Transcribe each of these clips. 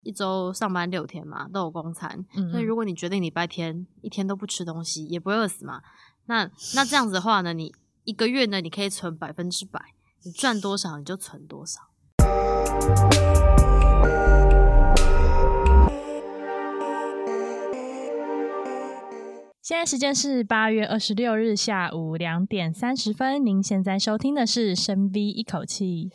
一周上班6天嘛，都有公餐，所以如果你决定礼拜天一天都不吃东西，也不会饿死嘛。那这样子的话呢，你1个月呢，你可以存100%，你赚多少你就存多少。 现在时间是8月26日下午2点30分，您现在收听的是深 V 一口气。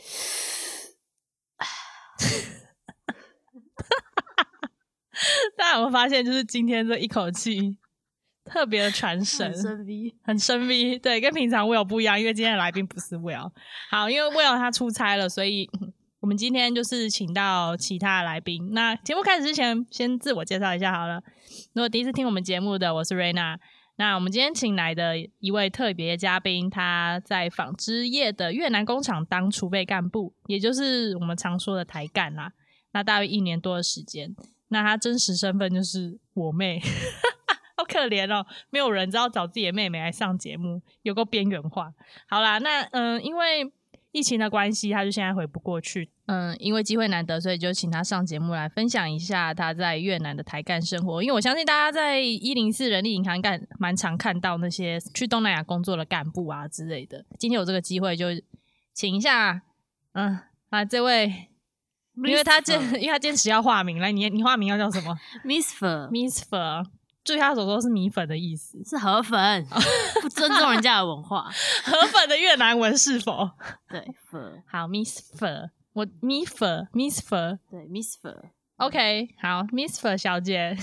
大家有没有发现，就是今天这一口气特别的传神，很深 V， 对，跟平常 Will 不一样，因为今天的来宾不是 Will。好，因为 Will 他出差了，所以我们今天就是请到其他的来宾。那节目开始之前，先自我介绍一下好了。如果第一次听我们节目的，我是 Raina。那我们今天请来的一位特别嘉宾，他在纺织业的越南工厂当储备干部，也就是我们常说的台干啦。那大约1年多的时间。那他真实身份就是我妹。好可怜哦，没有人知道找自己的妹妹来上节目，有够边缘化。好啦，那因为疫情的关系，他就现在回不过去。因为机会难得，所以就请他上节目来分享一下他在越南的台干生活。因为我相信大家在104人力银行蛮常看到那些去东南亚工作的干部啊之类的。今天有这个机会，就请一下，这位。因为他坚持要化名，来，你化名要叫什么 ？Miss Pho。Miss Pho， 注意他所说是米粉的意思， 是河粉，不尊重人家的文化。 河粉的越南文是否？ 对，粉。 好 ，Miss Pho， 我米粉 ，Miss Pho， 对 ，Miss Pho。OK， 好 ，Miss Pho 小姐。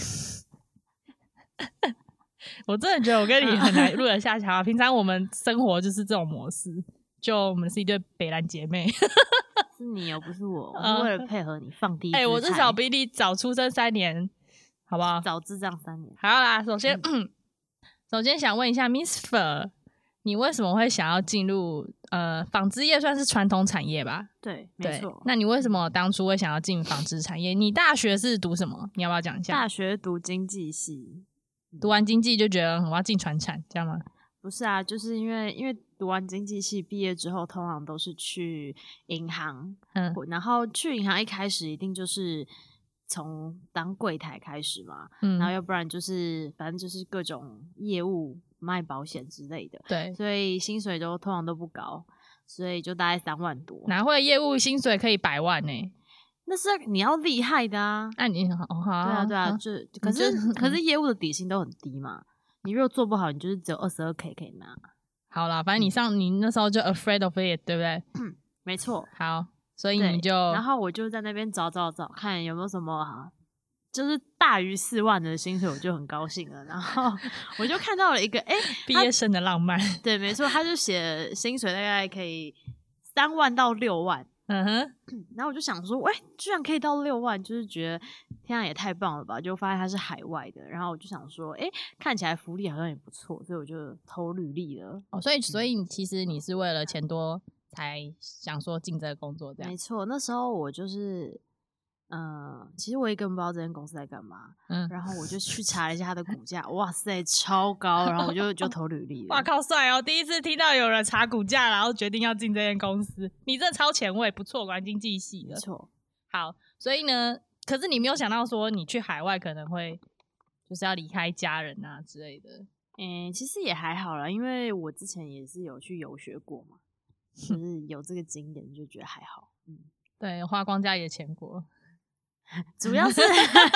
我真的觉得我跟你很难录得下去。平常我们生活就是这种模式，就我们是一对北兰姐妹。 是你哦，不是我。我是为了配合你放低姿态。 我至少比你早出生3年，好不好？ 早智障3年。 好啦，首先想问一下 Miss Pho， 你为什么会想要进入纺织业？算是传统产业吧？ 对，没错。 那你为什么当初会想要进纺织产业？你大学是读什么？你要不要讲一下？ 大学读经济系， 读完经济就觉得我要进传产，这样吗？ 不是啊，就是因为读完经济系毕业之后，通常都是去银行，然后去银行一开始一定就是从当柜台开始嘛，然后要不然就是反正就是各种业务卖保险之类的， 对， 所以薪水通常都不高，所以就大概3万多。 哪会业务薪水可以100万呢？ 那是你要厉害的啊！ 你对啊，可是业务的底薪都很低嘛。你如果做不好，你就是只有22K 可以拿。 好啦，反正你那时候就 afraid of it， 对不对？ 没错。 好，所以你就， 然后我就在那边找，看有没有什么就是大于4万的薪水，我就很高兴了。然后我就看到了一个， 毕业生的浪漫。对， 没错，他就写薪水大概可以3万到6万。然后我就想说，居然可以到6万，就是觉得天啊，也太棒了吧！就发现他是海外的，然后我就想说，看起来福利好像也不错，所以我就投履历了。 所以其实你是为了钱多才想说进这个工作，这样？ 没错，那时候我就是。其实我也根本不知道这间公司在干嘛，然后我就去查了一下它的股价，哇塞，超高，然后我就投履历了。 哇靠，帅哦！第一次听到有人查股价，然后决定要进这间公司，你这超前卫，不错，果然经济系的。 没错。 好，所以呢，可是你没有想到说你去海外可能会就是要离开家人啊之类的。 其实也还好啦，因为我之前也是有去游学过嘛，就是有这个经验，就觉得还好。 对，花光家里的钱过。 主要是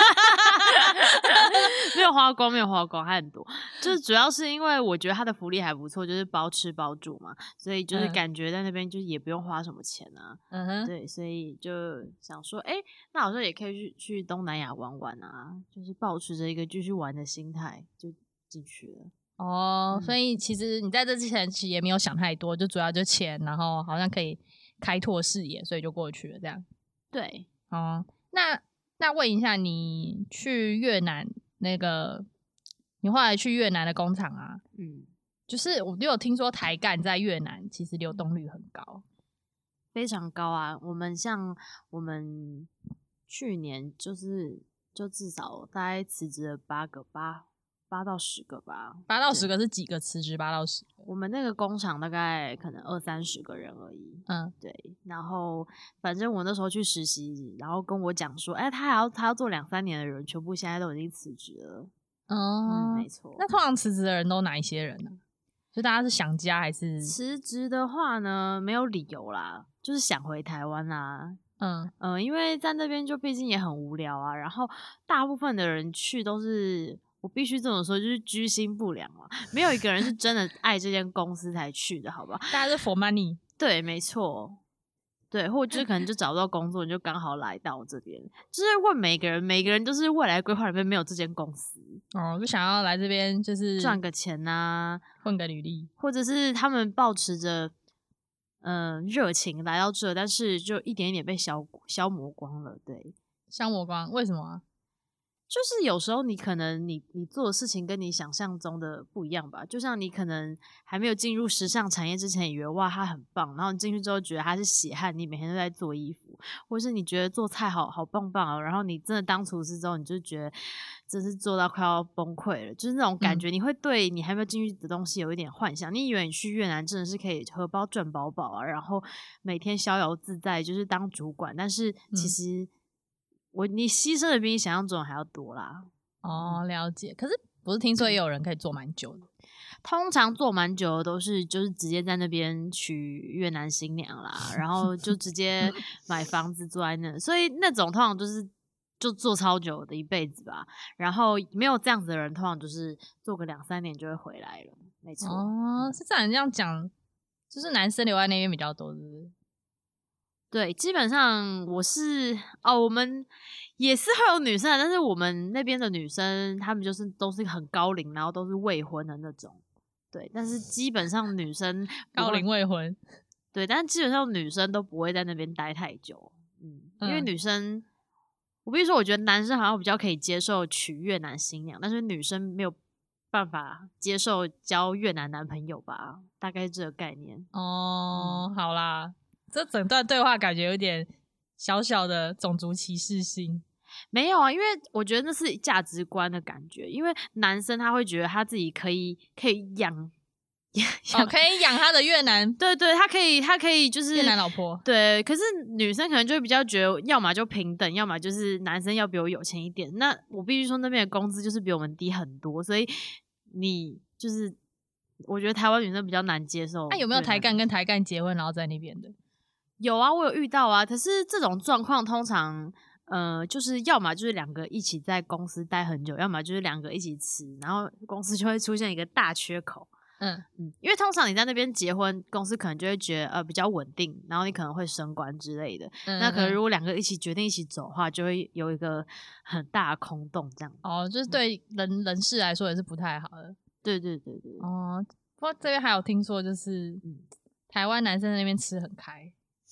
没有花光，还很多。就是主要是因为我觉得他的福利还不错，就是包吃包住嘛，所以就是感觉在那边就是也不用花什么钱啊。对，所以就想说，那好像也可以去东南亚玩玩啊，就是抱持着一个继续玩的心态就进去了。 所以其实你在这之前其实也没有想太多，就主要就钱，然后好像可以开拓视野，所以就过去了这样。 对。 那问一下，你去越南你后来去越南的工厂啊，就是我有听说台干在越南其实流动率很高， 非常高啊。我们去年就至少大概辞职了8 8到10个吧。 8到10个是几个辞职？8到10个？ 我们那个工厂大概可能20-30个人而已。对。然后反正我那时候去实习，然后跟我讲说，他要做2-3年的人，全部现在都已经辞职了。没错。 那通常辞职的人都哪一些人呢？就大家是想家还是？ 辞职的话呢，没有理由啦，就是想回台湾啦。因为在那边就毕竟也很无聊啊，然后大部分的人去都是，我必须这么说，就是居心不良嘛，没有一个人是真的爱这间公司才去的，好吧？ 大家是 for money。 对，没错。对，或者就是可能就找不到工作，你就刚好来到这边，就是问每个人就是未来规划里面没有这间公司就想要来这边就是赚个钱啊， 混个履历， 或者是他们抱持着热情来到这，但是就一点一点被消磨光了。对， 消磨光，为什么啊？ 就是有时候你可能你做的事情跟你想象中的不一样吧，就像你可能还没有进入时尚产业之前以为哇它很棒，然后你进去之后觉得它是血汗，你每天都在做衣服，或是你觉得做菜好棒棒然后你真的当厨师之后你就觉得真是做到快要崩溃了，就是那种感觉，你会对你还没有进去的东西有一点幻想，你以为你去越南真的是可以荷包赚饱饱啊，然后每天逍遥自在就是当主管，但是其实你牺牲的比你想象中还要多啦。 了解。可是不是听说也有人可以做蛮久的？ 通常做蛮久的都是就是直接在那边娶越南新娘啦，然后就直接买房子住在那，所以那种通常就做超久的一辈子吧。然后没有这样子的人，通常就是做个2-3年就会回来了。没错。 是这样讲，就是男生留在那边比较多，是不是？ 对，基本上我们也是会有女生的，但是我们那边的女生她们就是都是很高龄，然后都是未婚的那种。对，但是基本上女生高龄未婚。 对，但是基本上女生都不会在那边待太久。因为女生，我必须说我觉得男生好像比较可以接受娶越南新娘，但是女生没有办法接受交越南男朋友吧，大概是这个概念。 好啦，这整段对话感觉有点小小的种族歧视性。 没有啊，因为我觉得那是价值观的感觉，因为男生他会觉得他自己可以养可以养他的越南， 对，他可以就是越南老婆。 对，可是女生可能就会比较觉得要么就平等，要么就是男生要比我有钱一点。那我必须说那边的工资就是比我们低很多，所以你就是我觉得台湾女生比较难接受。 有没有台干跟台干结婚然后在那边的？ 有啊，我有遇到啊。可是这种状况通常就是要么就是2个一起在公司待很久，要么就是2个一起辞，然后公司就会出现一个大缺口。因为通常你在那边结婚，公司可能就会觉得比较稳定，然后你可能会升官之类的。那可能如果2个一起决定一起走的话，就会有一个很大的空洞这样。 就是对人事来说也是不太好的。 对。 不过这边还有听说就是台湾男生在那边吃很开。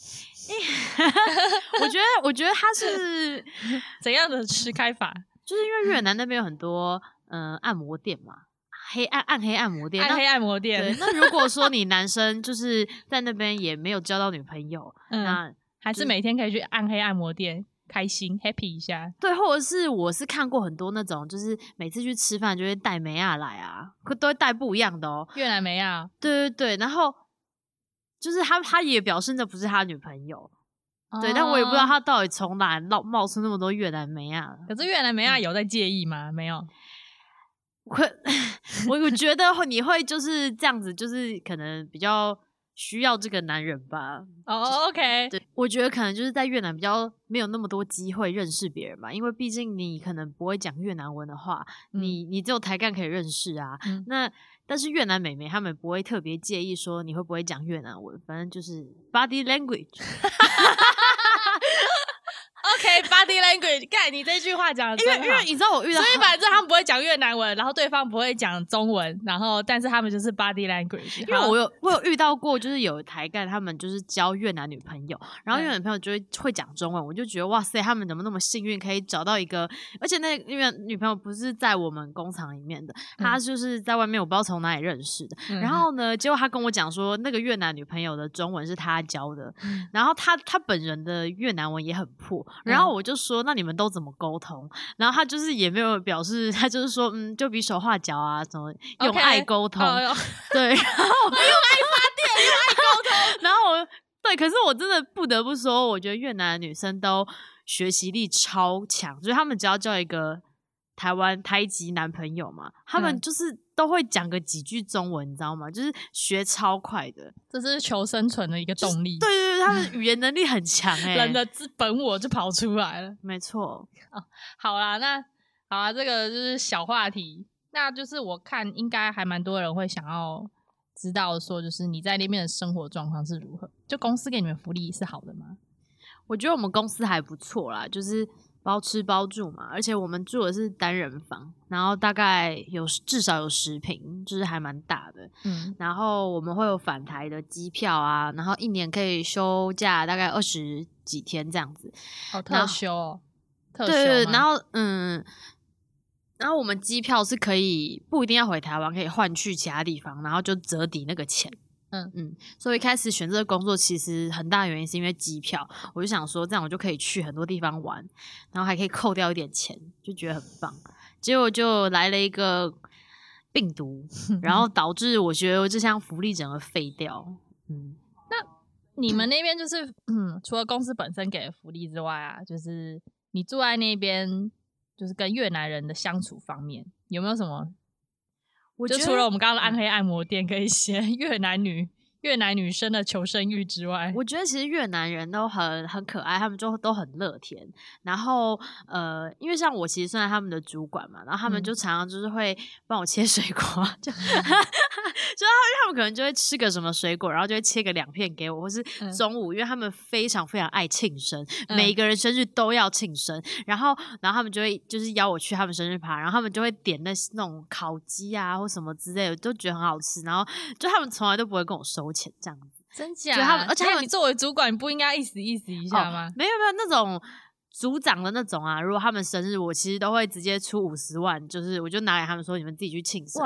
我觉得他是怎样的吃开法？ 就是因为越南那边有很多按摩店嘛，暗黑按摩店， 暗黑按摩店。 对，那如果说你男生就是在那边也没有交到女朋友，那还是每天可以去暗黑按摩店开心 happy 一下。 对，或者是我是看过很多那种，就是每次去吃饭就会带梅亚来啊，都会带不一样的越南梅亚。 对，然后就是他也表示那不是他女朋友。对，但我也不知道他到底从哪冒出那么多越南梅亚。 可是越南梅亚有在介意吗？没有。 我觉得你会就是这样子，就是可能比较需要这个男人吧。 OK。 对，我觉得可能就是在越南比较没有那么多机会认识别人吧，因为毕竟你可能不会讲越南文的话，你只有台干可以认识啊。但是越南美眉他们不会特别介意说你会不会讲越南文，反正就是 body language。 OK，body language， 干你这句话讲的真好。 因为你知道我遇到， 所以反正他们不会讲越南文，然后对方不会讲中文，然后但是他们就是 body language。 因为我有遇到过，就是有台干他们就是交越南女朋友，然后越南女朋友就会讲中文，我就觉得哇塞，他们怎么那么幸运可以找到一个，而且那越南女朋友不是在我们工厂里面的，她就是在外面我不知道从哪里认识的。然后呢，结果他跟我讲说，那个越南女朋友的中文是他教的，然后他本人的越南文也很破。 然后我就说那你们都怎么沟通？然后他就是也没有表示，他就是说就比手画脚啊，怎么用爱沟通，对，然后用爱发电，用爱沟通，然后对，可是我真的不得不说，我觉得越南的女生都学习力超强，就是他们只要交一个台籍男朋友嘛，他们就是都会讲个几句中文，你知道吗？就是学超快的， 这是求生存的一个动力。 对对对，他们语言能力很强人的本我就跑出来了。 没错。 好啦，这个就是小话题。那就是我看应该还蛮多人会想要知道说，就是你在那边的生活状况是如何？就公司给你们福利是好的吗？ 我觉得我们公司还不错啦，就是包吃包住嘛，而且我们住的是单人房，然后大概至少有10坪，就是还蛮大的。然后我们会有返台的机票啊，然后1年可以休假大概20几天这样子。 特休哦，特休对，然后我们机票是可以不一定要回台湾，可以换去其他地方，然后就折抵那个钱。所以一开始选这个工作其实很大的原因是因为机票，我就想说这样我就可以去很多地方玩，然后还可以扣掉一点钱，就觉得很棒。结果就来了一个病毒，然后导致我觉得这项福利整个废掉。 那你们那边就是除了公司本身给的福利之外啊，就是你住在那边，就是跟越南人的相处方面有没有什么？就除了我们刚刚的暗黑按摩店可以写越南女生的求生欲之外， 我觉得其实越南人都很可爱，他们就都很乐天。然后因为像我其实算他们的主管嘛，然后他们就常常就是会帮我切水果，就他们可能就会吃个什么水果，然后就会切个2片给我，或是中午，因为他们非常非常爱庆生，每一个人生日都要庆生，然后他们就会就是邀我去他们生日趴，然后他们就会点那种烤鸡啊或什么之类的，都觉得很好吃，然后就他们从来都不会跟我收钱这样子。 真假？而且你作为主管，你不应该意思一下吗？ 没有那种组长的那种啊，如果他们生日，我其实都会直接出50万，就是我就拿给他们说你们自己去庆生。 哇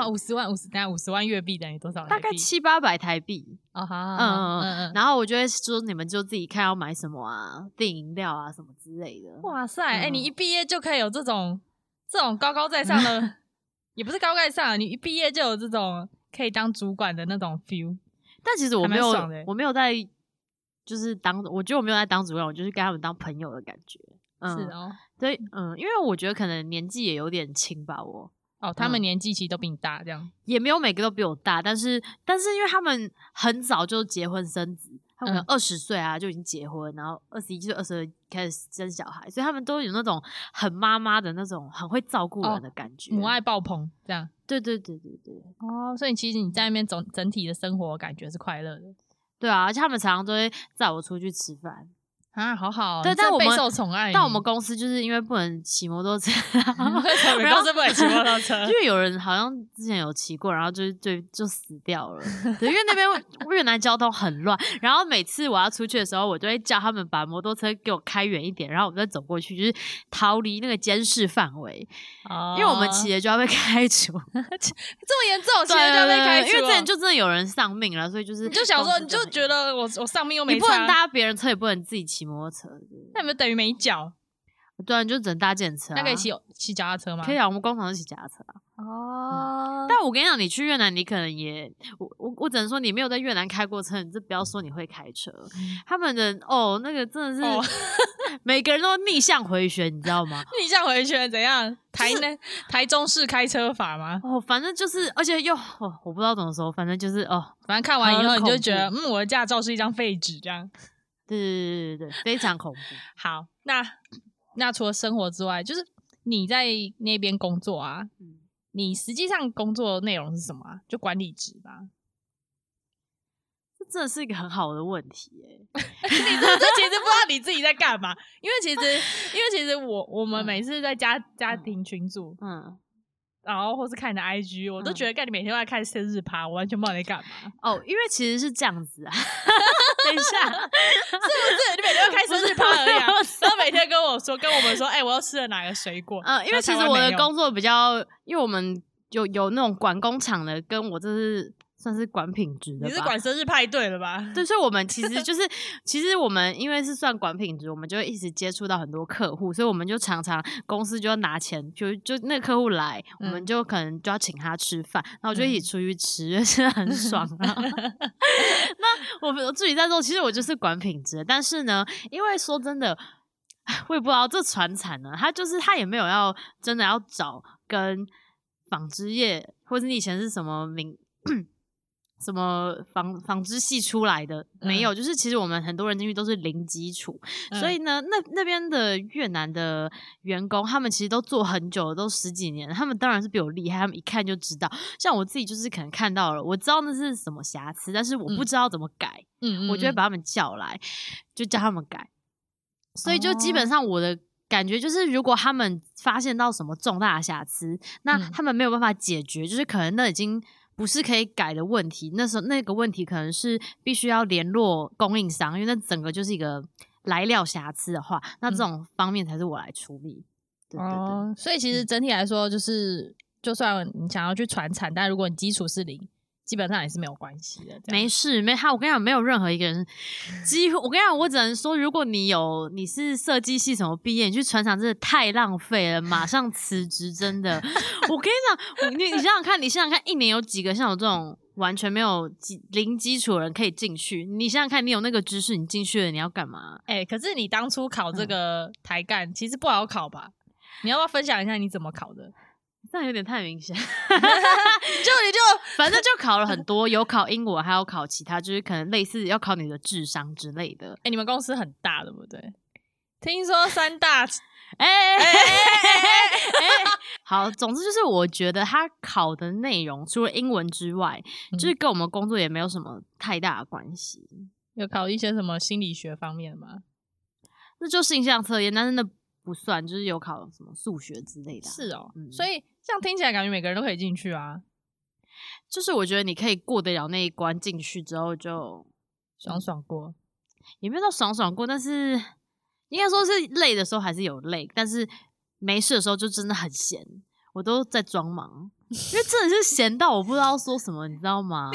，50万越币等于多少台币？ 大概700-800台币。然后我就会说你们就自己看要买什么啊，订饮料啊什么之类的。 哇塞，你一毕业就可以有这种高高在上的也不是高高在上，你一毕业就有这种可以当主管的那种 feel。 但其实我没有在就是我觉得我没有在当主管，我就是跟他们当朋友的感觉。 是哦， 对，因为我觉得可能年纪也有点轻吧， 他们年纪其实都比你大，这样也没有每个都比我大，但是因为他们很早就结婚生子，他们可能20岁啊就已经结婚，然后21岁、20岁开始生小孩，所以他们都有那种很妈妈的那种很会照顾人的感觉， 母爱爆棚这样。 对。 所以其实你在那边整体的生活感觉是快乐的。 对啊，而且他们常常都会载我出去吃饭。 好好， 对，但我们备受宠爱。 但我们公司就是因为不能骑摩托车， 为什么公司不能骑摩托车？ 因为有人好像之前有骑过，然后就死掉了。对，因为那边越南交通很乱，然后每次我要出去的时候，我就会叫他们把摩托车给我开远一点，然后我再走过去，就是逃离那个监视范围。因为我们骑了就要被开除，这么严重，骑了就要被开除。 因为之前就真的有人丧命了，所以就是你就想说，你就觉得我丧命又没差， 你不能搭别人车，也不能自己骑摩托车。 那有没有等于没脚？ 对啊，你就只能搭电车。 那可以骑脚踏车吗？ 可以啊，我们工厂是骑脚踏车但我跟你讲，你去越南，你可能也我只能说你没有在越南开过车，你就不要说你会开车。他们的那个真的是每个人都逆向回旋，你知道吗？ 逆向回旋怎样？台中市开车法吗？ 反正就是，而且又我不知道怎么说，反正就是反正看完以后你就觉得我的驾照是一张废纸这样。 对，非常恐怖。 好，那除了生活之外，就是你在那边工作啊，你实际上工作内容是什么啊？就管理职吧。 这真的是一个很好的问题耶。 你这其实不知道你自己在干嘛，因为其实我们每次在家庭群组，然后或是看你的 IG， 我都觉得干你每天都在看生日趴，我完全不知道你在干嘛。 因为其实是这样子啊。等一下， 是不是你每天都开生日趴而已啊？然后每天跟我们说，我又吃了哪个水果？ 因为其实我的工作比较，因为我们有那种管工厂的，跟我这是算是管品质的吧。 你是管生日派对了吧？ 对，所以我们其实就是其实我们因为是算管品质，我们就会一直接触到很多客户，所以我们就常常公司就要拿钱，就那个客户来，我们就可能就要请他吃饭，然后我就一起出去吃，真的很爽啊。那我自己在做，其实我就是管品质，但是呢，因为说真的，我也不知道这传产呢，他也没有要真的要找跟纺织业，或者你以前是什么什么纺织系出来的，没有，就是其实我们很多人进去都是零基础，所以呢，那边的越南的员工，他们其实都做很久了，都10几年了，他们当然是比我厉害，他们一看就知道。像我自己就是可能看到了，我知道那是什么瑕疵，但是我不知道怎么改，我就会把他们叫来，就叫他们改。所以就基本上我的感觉就是，如果他们发现到什么重大的瑕疵，那他们没有办法解决，就是可能那已经不是可以改的问题，那时候那个问题可能是必须要联络供应商，因为那整个就是一个来料瑕疵的话，那这种方面才是我来处理。对对对， 所以其实整体来说，就是就算你想要去传产，但如果你基础是0，基本上也是没有关系的。 没事，我跟你讲，没有任何一个人几乎，我跟你讲，我只能说，如果你是设计系什么毕业，你去船厂真的太浪费了，马上辞职，真的。我跟你讲，你想想看，1年有几个像我这种完全没有零基础的人可以进去？你想想看，你有那个知识，你进去了，你要干嘛？ 可是你当初考这个台干，其实不好考吧？你要不要分享一下你怎么考的？ 这样有点太明显。你就反正就考了很多，有考英文，还有考其他，就是可能类似要考你的智商之类的。 你们公司很大对不对？听说3大好，总之就是我觉得他考的内容除了英文之外，就是跟我们工作也没有什么太大的关系。 有考一些什么心理学方面吗？ 那就性向测验，但是那不算，就是有考什么数学之类的。 是哦，所以这样听起来感觉每个人都可以进去啊。 就是我觉得你可以过得了那一关，进去之后就爽爽过， 也没有到爽爽过，但是应该说是累的时候还是有累，但是没事的时候就真的很闲，我都在装忙，因为真的是闲到我不知道说什么，你知道吗？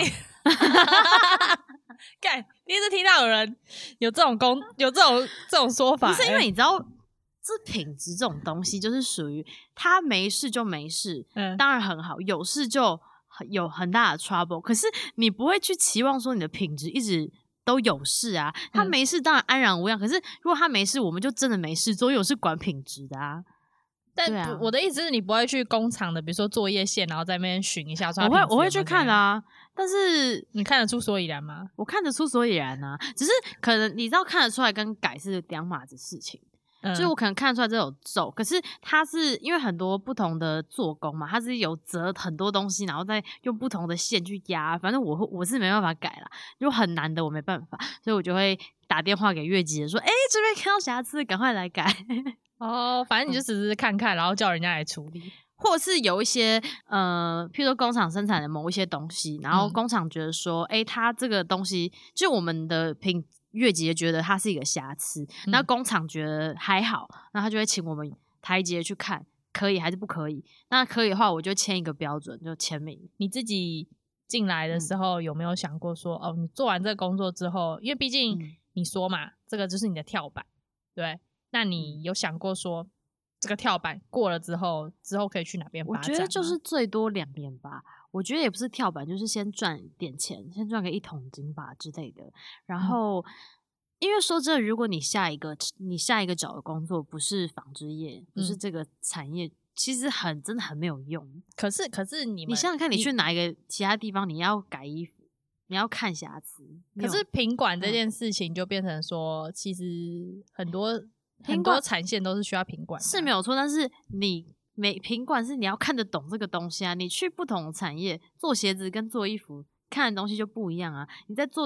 干，第一次听到有人有这种说法， 不是因为你知道。这品质这种东西就是属于他没事就没事，当然很好，有事就有很大的 trouble， 可是你不会去期望说你的品质一直都有事啊，他没事当然安然无恙，可是如果他没事，我们就真的没事，总有是管品质的啊。 但我的意思是你不会去工厂的，比如说作业线，然后在那边巡一下。 我会去看啊，但是你看得出所以然吗？ 我看得出所以然啊，只是可能你知道看得出来跟改是两码子事情。就是我可能看得出来这有皱，可是它是因为很多不同的做工嘛，它是有折很多东西，然后再用不同的线去压，反正我是没办法改啦，如果很难的我没办法，所以我就会打电话给越级的说，这边看到瑕疵赶快来改。 反正你就只是看看，然后叫人家来处理。 或是有一些譬如说工厂生产的某一些东西，然后工厂觉得说它这个东西就我们的越级觉得它是一个瑕疵，那工厂觉得还好，那他就会请我们台阶去看可以还是不可以，那可以的话我就签一个标准，就签名。 你自己进来的时候有没有想过说你做完这个工作之后，因为毕竟你说嘛这个就是你的跳板，对，那你有想过说这个跳板过了之后可以去哪边发展吗？ 我觉得就是最多2年吧，我觉得也不是跳板，就是先赚点钱，先赚个1桶金吧之类的。然后，因为说真的，如果你下一个找的工作不是纺织业，不是这个产业，其实真的很没有用。 可是你想想看，你去哪一个其他地方，你要改衣服，你要看瑕疵， 可是品管这件事情就变成说，其实很多产线都是需要品管的， 是没有错，但是品管是你要看得懂这个东西啊。你去不同的产业做鞋子跟做衣服看的东西就不一样啊。你做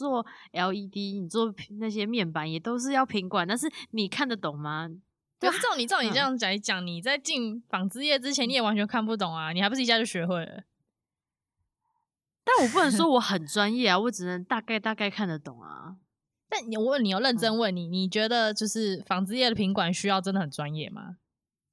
LED， 你做那些面板也都是要品管，但是你看得懂吗？ 可是照你这样讲一讲，你在进纺织业之前你也完全看不懂啊，你还不是一下就学会了？ 但我不能说我很专业啊，我只能大概看得懂啊。 但我问你，有认真问你，你觉得就是纺织业的品管需要真的很专业吗？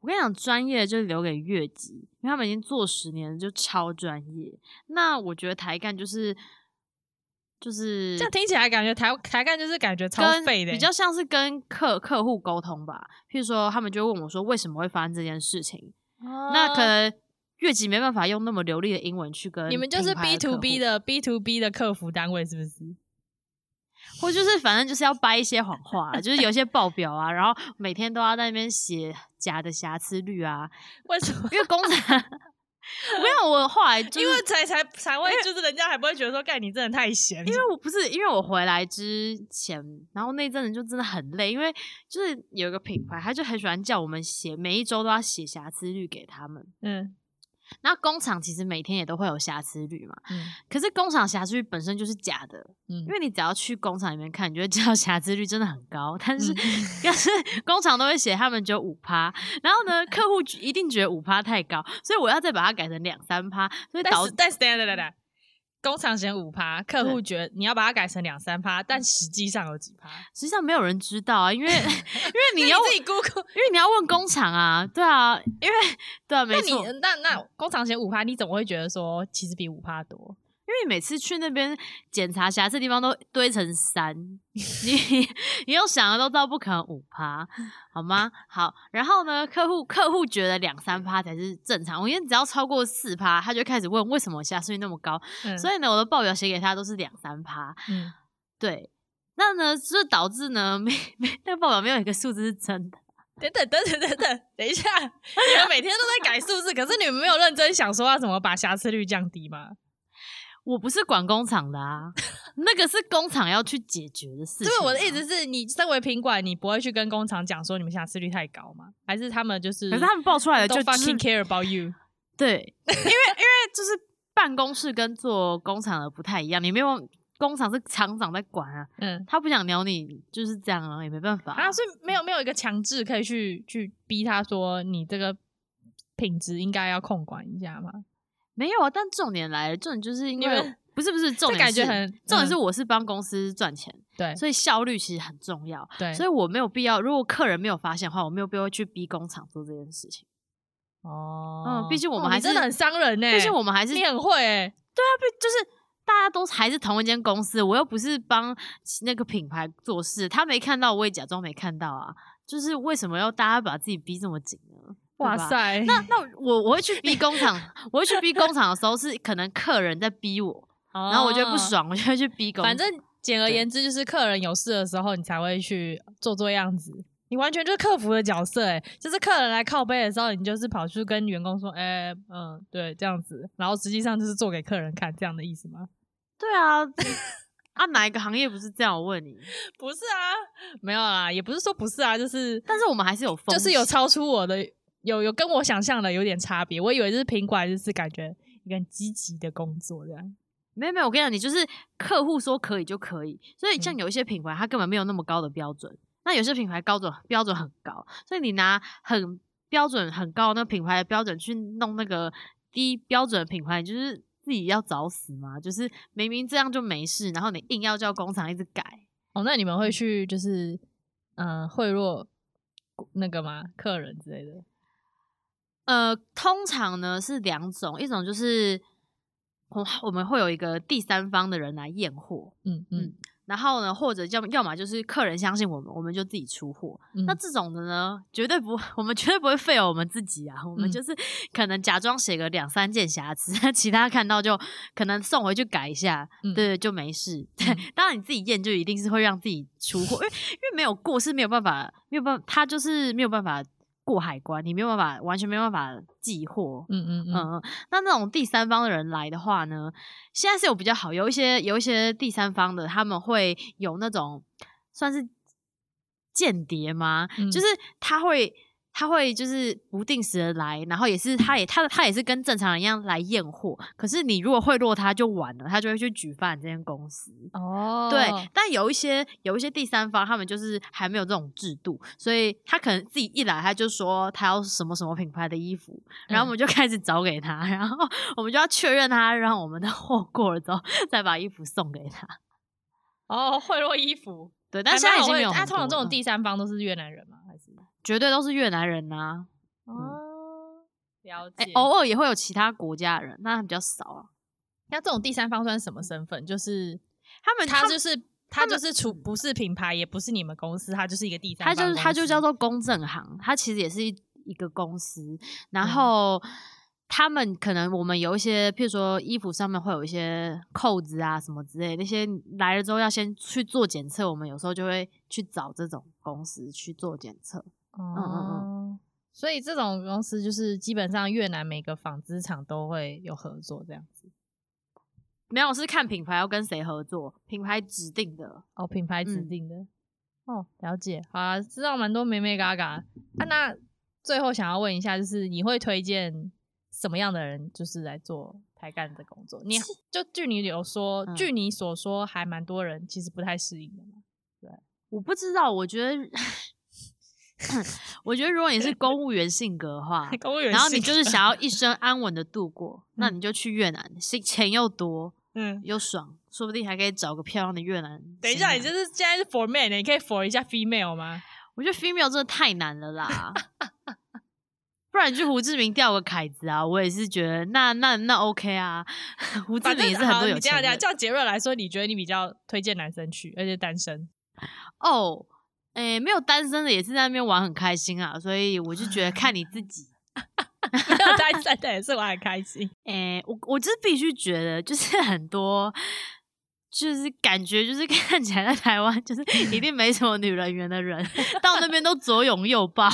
我跟你讲，专业就留给越级，因为他们已经做10年了，就超专业。那我觉得台干就是这样听起来感觉台干就是感觉超废的， 比较像是跟客户沟通吧。譬如说，他们就会问我说为什么会发生这件事情，那可能越级没办法用那么流利的英文去跟你们就是 B to B 的客服单位是不是？ 或就是反正就是要掰一些谎话，就是有些报表啊，然后每天都要在那边写假的瑕疵率啊。 为什么？ 因为工厂没有，我后来就是因为才会就是人家还不会觉得说干你真的太闲。 因为我回来之前，然后那阵子就真的很累，因为就是有一个品牌，他就很喜欢叫我们每一周都要写瑕疵率给他们。那工厂其实每天也都会有瑕疵率嘛，可是工厂瑕疵率本身就是假的，因为你只要去工厂里面看，你就会知道瑕疵率真的很高，但是工厂都会写他们只有5%，然后呢，客户一定觉得5%太高，所以我要再把它改成2-3%，所以但是等下工厂写5%，客户觉得你要把它改成2-3%，但实际上有几%？ 实际上没有人知道啊，因为你要自己 Google， 因为你要问工厂啊，对啊，因为对啊，没错。 那工厂写5%，你怎么会觉得说其实比5%多？ 因为每次去那边检查瑕疵的地方都堆成3，你用想的都知道不可能5%，好吗？好，然后呢，客户觉得2-3%才是正常，因为只要超过4%，他就开始问为什么瑕疵率那么高，所以呢，我的报表写给他都是2-3%，对，那呢就导致呢那个报表没有一个数字是真的。 等一下，你们每天都在改数字，可是你们没有认真想说要怎么把瑕疵率降低吗？ 我不是管工厂的啊，那个是工厂要去解决的事情。 对，我的意思是你身为品管，你不会去跟工厂讲说你们瑕疵率太高吗？还是他们就是？ 可是他们报出来的就 fucking care about you。 对，因为就是办公室跟做工厂的不太一样，你没有工厂是厂长在管啊，他不想鸟你就是这样啊，也没办法啊，所以没有一个强制可以去逼他说你这个品质应该要控管一下吗？ 没有啊，但重点来了，重点就是因为不是重点是重点是我是帮公司赚钱， 对， 所以效率其实很重要， 对， 所以我没有必要，如果客人没有发现的话，我没有必要去逼工厂做这件事情。毕竟我们还是真的很伤人欸， 毕竟我们还是你很会欸， 对啊，就是大家都还是同一间公司，我又不是帮那个品牌做事，他没看到我也假装没看到啊，就是为什么要大家把自己逼这么紧呢？ 哇塞， 那我会去逼工厂，我会去逼工厂的时候是可能客人在逼我，然后我觉得不爽，我就会去逼工厂。 反正简而言之，就是客人有事的时候，你才会去做样子。你完全就是客服的角色，就是客人来靠背的时候，你就是跑去跟员工说，对，这样子，然后实际上就是做给客人看，这样的意思吗？ 对啊，哪一个行业不是这样？我问你， 不是啊，没有啦，也不是说不是啊，就是， 但是我们还是有风险， 就是有超出我的。有跟我想象的有点差别，我以为就是品管就是感觉一个很积极的工作这样。 没有，我跟你讲，你就是客户说可以就可以，所以像有一些品牌它根本没有那么高的标准，那有些品牌标准很高，所以你拿很标准很高的那个品牌的标准去弄那个低标准的品牌，就是自己要找死吗？就是明明这样就没事，然后你硬要叫工厂一直改。 那你们会去就是贿赂那个吗？客人之类的？ 通常呢是2种，一种就是我们会有一个第三方的人来验货，然后呢或者要么就是客人相信我们就自己出货，那这种的呢我们绝对不会fail我们自己啊，我们就是可能假装写个2-3件瑕疵，其他看到就可能送回去改一下，对，就没事。当然你自己验就一定是会让自己出货，因为没有过是没有办法，他就是没有办法过海关，你没有办法，完全没有办法寄货。那种第三方的人来的话呢，现在是有比较好，有一些第三方的，他们会有那种算是间谍吗？就是他会就是不定时的来，然后他也是跟正常人一样来验货，可是你如果贿赂他就完了，他就会去举发你这间公司。对，但有一些第三方他们就是还没有这种制度，所以他可能自己一来他就说他要什么什么品牌的衣服，然后我们就开始找给他，然后我们就要确认他让我们的货过了之后再把衣服送给他。 贿赂衣服， 对，但现在已经没有很多了。 通常这种第三方都是越南人吗？还是绝对都是越南人啊。 了解。 偶尔也会有其他国家的人，但比较少啊。 那这种第三方算什么身份？就是他就是不是品牌，也不是你们公司，他就是一个第三方公司。 他就叫做公证行，他其实也是一个公司，然后。他们可能我们有一些，譬如说衣服上面会有一些扣子啊什么之类的，那些来了之后要先去做检测，我们有时候就会去找这种公司去做检测。 所以这种公司就是基本上越南每个纺织厂都会有合作这样子。 没有，是看品牌要跟谁合作，品牌指定的。 品牌指定的。了解。好啊，知道蛮多眉眉嘎嘎。那最后想要问一下，就是你会推荐什么样的人就是来做台干的工作？你就据你所说，还蛮多人其实不太适应的嘛。对， 我不知道，我觉得如果你是公务员性格的话，然后你就是想要一生安稳的度过，那你就去越南，钱又多，又爽，说不定还可以找个漂亮的越南。 等一下，你就是现在是 for man， 你可以 for 一下 female 吗？ 我觉得 female 真的太难了啦。不然你去胡志明钓个凯子啊，我也是觉得那 OK 啊。胡志明也是很多有钱人。 这样结论来说，你觉得你比较推荐男生去，而且单身？ 没有单身的也是在那边玩很开心啊，所以我就觉得看你自己。 没有单身的也是玩很开心。 我就是必须觉得，就是很多，就是感觉就是看起来在台湾就是一定没什么女人缘的人，到那边都左拥右抱。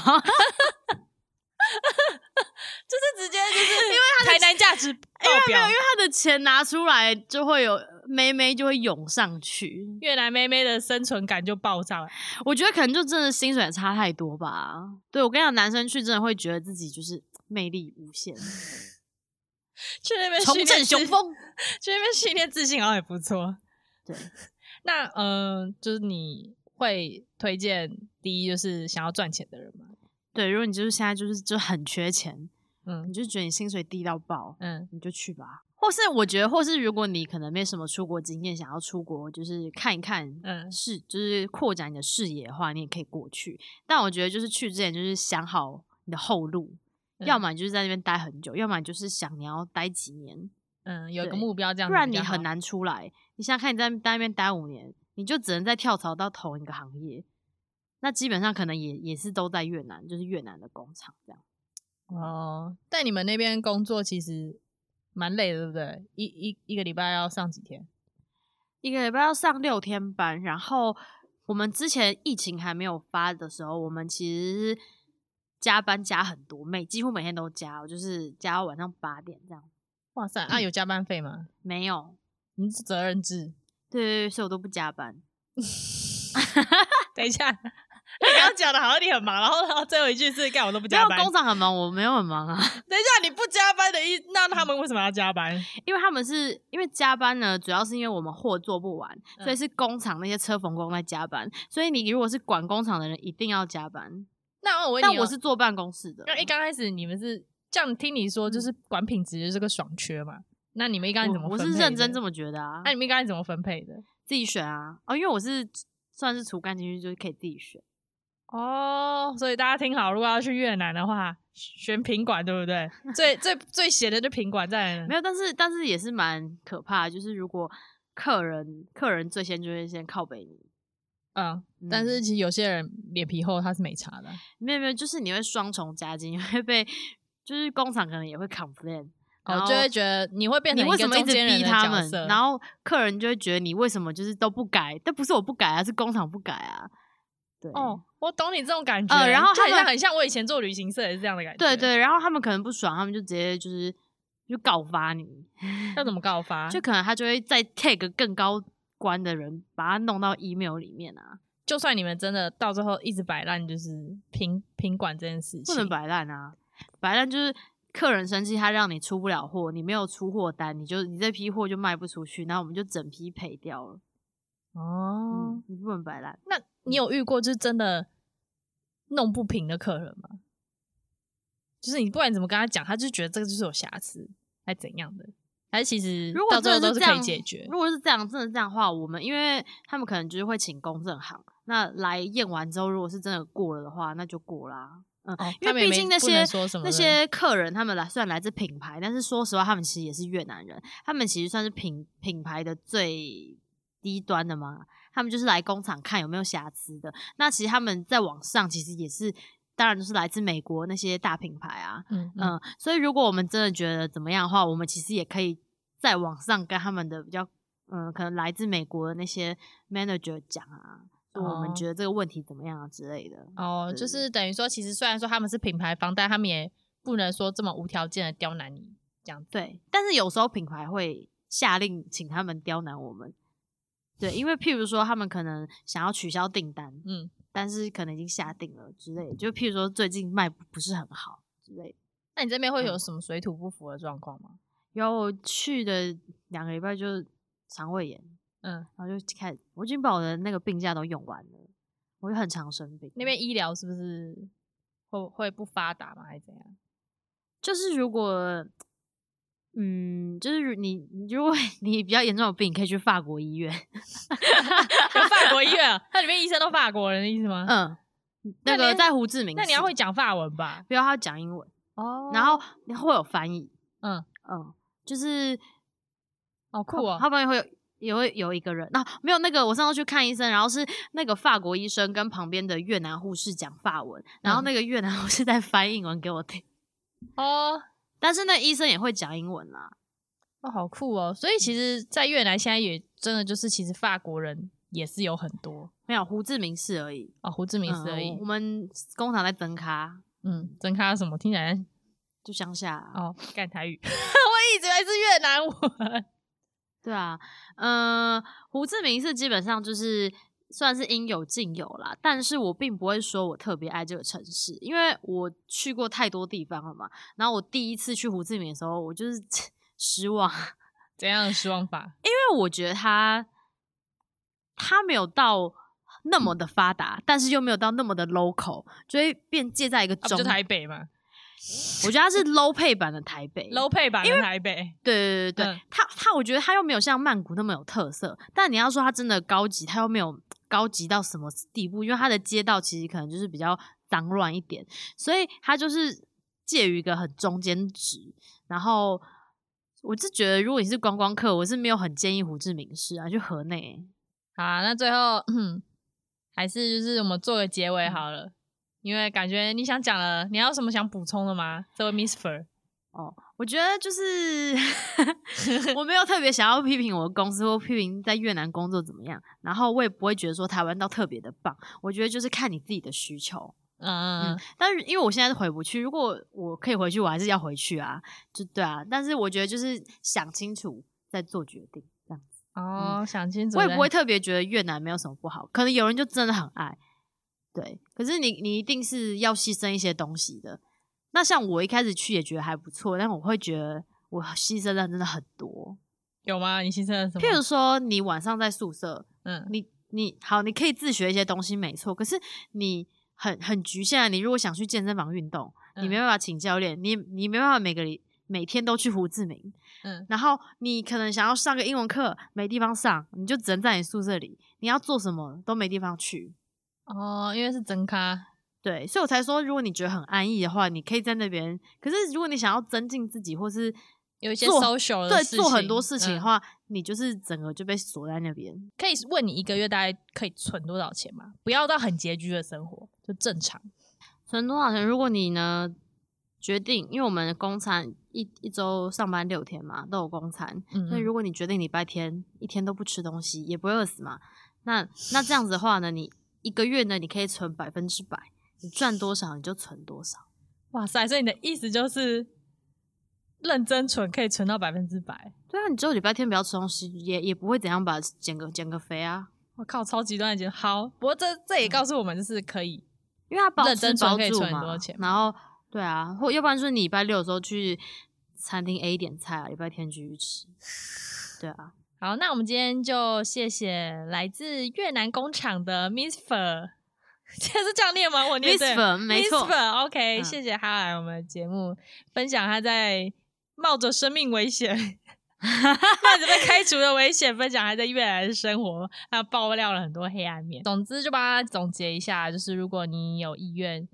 就是直接就是因为台南价值爆表， 因为他的钱拿出来就会有妹妹就会涌上去， 越南妹妹的生存感就爆上来。 我觉得可能就真的薪水差太多吧。对，我跟你讲，男生去真的会觉得自己就是魅力无限。 去那边重振雄风， 去那边训练自信好像也不错。 对， 那就是你会推荐第一就是想要赚钱的人吗？ 对，如果你就是现在就很缺钱，你就觉得你薪水低到爆，你就去吧。或是我觉得，或是如果你可能没什么出国经验，想要出国就是看一看，就是扩展你的视野的话，你也可以过去。但我觉得就是去之前就是想好你的后路，要么你就是在那边待很久，要么你就是想你要待几年， 有一个目标这样子， 不然你很难出来。你想想看，你在那边待5年，你就只能再跳槽到同一个行业。那基本上可能也是都在越南，就是越南的工厂这样。 但你们那边工作其实蛮累的，对不对？一个礼拜要上几天？ 一个礼拜要上6天班。然后我们之前疫情还没有发的时候，我们其实加班加很多，几乎每天都加，就是加到晚上8点这样。 哇塞，有加班费吗？ 没有， 你是责任制。 对，所以我都不加班。 等一下。你刚刚讲的好像你很忙，然后最后一句是干我都不加班。 没有，工厂很忙，我没有很忙啊。 等一下，你不加班的那他们为什么要加班？ 因为加班呢，主要是因为我们货做不完，所以是工厂那些车缝工在加班。所以你如果是管工厂的人，一定要加班。但我是坐办公室的。 那刚开始你们是这样，听你说就是管品质就是个爽缺嘛？那你们一刚开始怎么分配的？ 我是认真这么觉得啊。 那你们一刚开始怎么分配的？ 自己选啊。因为我是算是厨干进去，就是可以自己选。 所以大家听好，如果要去越南的话，选品管，对不对？最闲的就品管在哪？ 没有，但是也是蛮可怕的，就是如果客人最先就会先靠北你。 但是其实有些人脸皮厚，他是没差的。 没有，就是你会双重加金，你会被就是工厂可能也会 complain， 就会觉得你会变成一个中间人的角色， 然后客人就会觉得你为什么就是都不改，但不是我不改啊，是工厂不改啊。对， 我懂你这种感觉。 然后他们很像我以前做旅行社也是这样的感觉。 对，然后他们可能不爽，他们就直接就告发你。 要怎么告发？ 就可能他就会再 take 更高官的人把他弄到 email 里面啊。 就算你们真的到最后一直摆烂，就是品管这件事情不能摆烂啊！摆烂就是客人生气，他让你出不了货，你没有出货单，你这批货就卖不出去，然后我们就整批赔掉了。你不能摆烂。 那你有遇过就是真的弄不平的客人吗？就是你不管怎么跟他讲，他就觉得这个就是有瑕疵，还怎样的？还是其实到最后都是可以解决？ 如果是这样，真的这样的话，我们因为他们可能就是会请公证行，那来验完之后，如果是真的过了的话，那就过啦。 因为毕竟那些客人他们虽然来自品牌，但是说实话他们其实也是越南人，他们其实算是品牌的最低端的嘛，他们就是来工厂看有没有瑕疵的。那其实他们在网上其实也是当然就是来自美国那些大品牌啊，所以如果我们真的觉得怎么样的话，我们其实也可以在网上跟他们的比较可能来自美国的那些 manager 讲啊，说我们觉得这个问题怎么样啊之类的。 就是等于说其实虽然说他们是品牌方，但他们也不能说这么无条件的刁难你这样子。 对，但是有时候品牌会下令请他们刁难我们。对，因为譬如说他们可能想要取消订单，但是可能已经下定了之类的，就譬如说最近卖不是很好之类的。 那你这边会有什么水土不服的状况吗？ 有，我去的2个礼拜就肠胃炎，然后就开始我已经把我的那个病假都用完了，我就很常生病。 那边医疗是不是会不发达吗？还是怎样？ 就是如果就是如果你比较严重的病，你可以去法国医院。 有法国医院它里面医生都法国人的意思吗？ 那个在胡志明市。 那你要会讲法文吧？ 不要，他讲英文然后会有翻译。就是好酷哦。 他们也会有一个人没有那个我上次去看医生，然后是那个法国医生跟旁边的越南护士讲法文，然后那个越南护士在翻英文给我听。但是那医生也会讲英文啦。 好酷哦。所以其实在越南现在也真的就是其实法国人也是有很多。 没有，胡志明市而已。 胡志明市而已。 我们工厂在增咖。 增咖什么？听起来就乡下干台语。我一直以为是越南文。 对啊，胡志明市基本上就是算是应有尽有啦，但是我并不会说我特别爱这个城市，因为我去过太多地方了嘛。然后我第一次去胡志明的时候，我就是失望。 怎样的失望法？ 因为我觉得它没有到那么的发达，但是又没有到那么的 local， 就会变介在一个中。 就台北嘛。 我觉得它是 low 配版的台北。 low 配版的台北。 对，我觉得它又没有像曼谷那么有特色，但你要说它真的高级，它又没有高级到什么地步，因为它的街道其实可能就是比较脏乱一点，所以它就是介于一个很中间值。然后我是觉得如果你是观光客，我是没有很建议胡志明市去河内。 好啊，那最后还是就是我们做个结尾好了。因为感觉你想讲了，你还有什么想补充的吗？这位 Miss Fur。 我觉得就是我没有特别想要批评我的公司或批评在越南工作怎么样，然后我也不会觉得说台湾到特别的棒。我觉得就是看你自己的需求。但是因为我现在是回不去，如果我可以回去，我还是要回去啊。就对啊，但是我觉得就是想清楚再做决定这样子。 想清楚。 我也不会特别觉得越南没有什么不好，可能有人就真的很爱。对，可是你一定是要牺牲一些东西的。那像我一开始去也觉得还不错，但我会觉得我牺牲的真的很多。 有吗？你牺牲了什么？ 譬如说你晚上在宿舍，你好，你可以自学一些东西没错，可是你很局限。你如果想去健身房运动，你没办法请教练，你没办法每天都去胡志明。然后你可能想要上个英文课，没地方上，你就只能在你宿舍里，你要做什么都没地方去。 因为是增咖。 对，所以我才说如果你觉得很安逸的话，你可以在那边。可是如果你想要增进自己，或是有一些 social 的事情， 做很多事情的话，你就是整个就被锁在那边。 可以问你一个月大概可以存多少钱吗？不要到很拮据的生活，就正常。 存多少钱？如果你呢决定，因为我们公餐一周上班6天嘛，都有公餐，所以如果你决定礼拜天1天都不吃东西，也不会饿死嘛。那这样子的话呢，你1个月呢，你可以存100%，你赚多少你就存多少。 哇塞！所以你的意思就是认真存可以存到100%？ 对啊，你只有礼拜天不要吃东西，也不会怎样吧，减个肥啊。 我靠，超极端的减。好，不过这也告诉我们就是可以， 因为它包认真存可以存很多钱。 然后对啊，或要不然就是你礼拜6的时候去餐厅 A 点菜礼拜天继续吃。对啊。 好，那我们今天就谢谢来自越南工厂的 Miss Fur。这是这样念吗？我念对 Miss Fur 没错。 Miss Fur OK，谢谢他来我们的节目分享他在冒着生命危险冒着被开除的危险分享他在越南的生活，他爆料了很多黑暗面。总之就帮他总结一下，就是如果你有意愿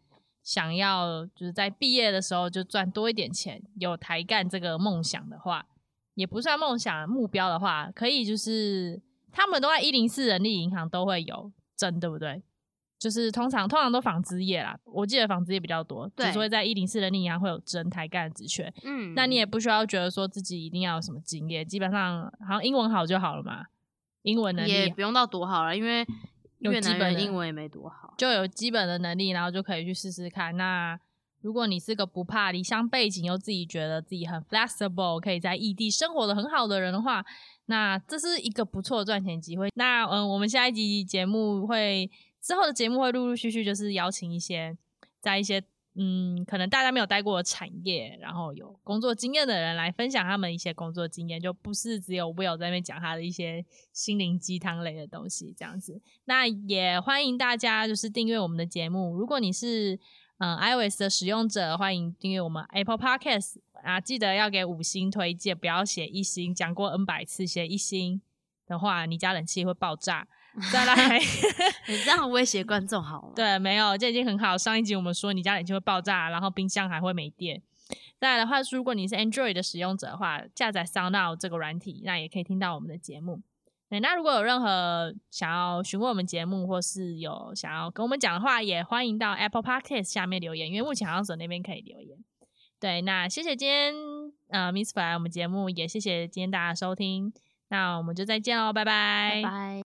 想要就是在毕业的时候就赚多一点钱，有台干这个梦想的话，也不算梦想，目标的话，可以就是他们都在104人力银行都会有征，对不对？就是通常都纺织业啦，我记得纺织业比较多，就是会在104人力银行会有征台干的职缺。那你也不需要觉得说自己一定要有什么经验，基本上好像英文好就好了嘛，英文能力也不用到多好了，因为越南人英文也没多好， 就有基本的能力，然后就可以去试试看。那如果你是个不怕离乡背景，又自己觉得自己很 flexible， 可以在异地生活的很好的人的话，那这是一个不错的赚钱机会。那我们下一集之后的节目会陆陆续续就是邀请在一些可能大家没有待过的产业，然后有工作经验的人来分享他们一些工作经验，就不是只有 Will 在那边讲他的一些心灵鸡汤类的东西这样子。那也欢迎大家就是订阅我们的节目，如果你是iOS 的使用者，欢迎订阅我们 Apple Podcast 啊，记得要给5星推荐，不要写1星，讲过 N 百次，写1星的话你家冷气会爆炸。再来你这样威胁观众好吗？ 对，没有，这已经很好。上一集我们说你家冷气会爆炸，然后冰箱还会没电。再来的话，如果你是 Android 的使用者的话，下载 SoundOut 这个软体，那也可以听到我们的节目。那如果有任何想要询问我们节目，或是有想要跟我们讲的话，也欢迎到 Apple Podcast 下面留言，因为目前好像只有那边可以留言。对，那谢谢今天Miss 来我们节目，也谢谢今天大家的收听，那我们就再见咯，拜拜。 拜拜。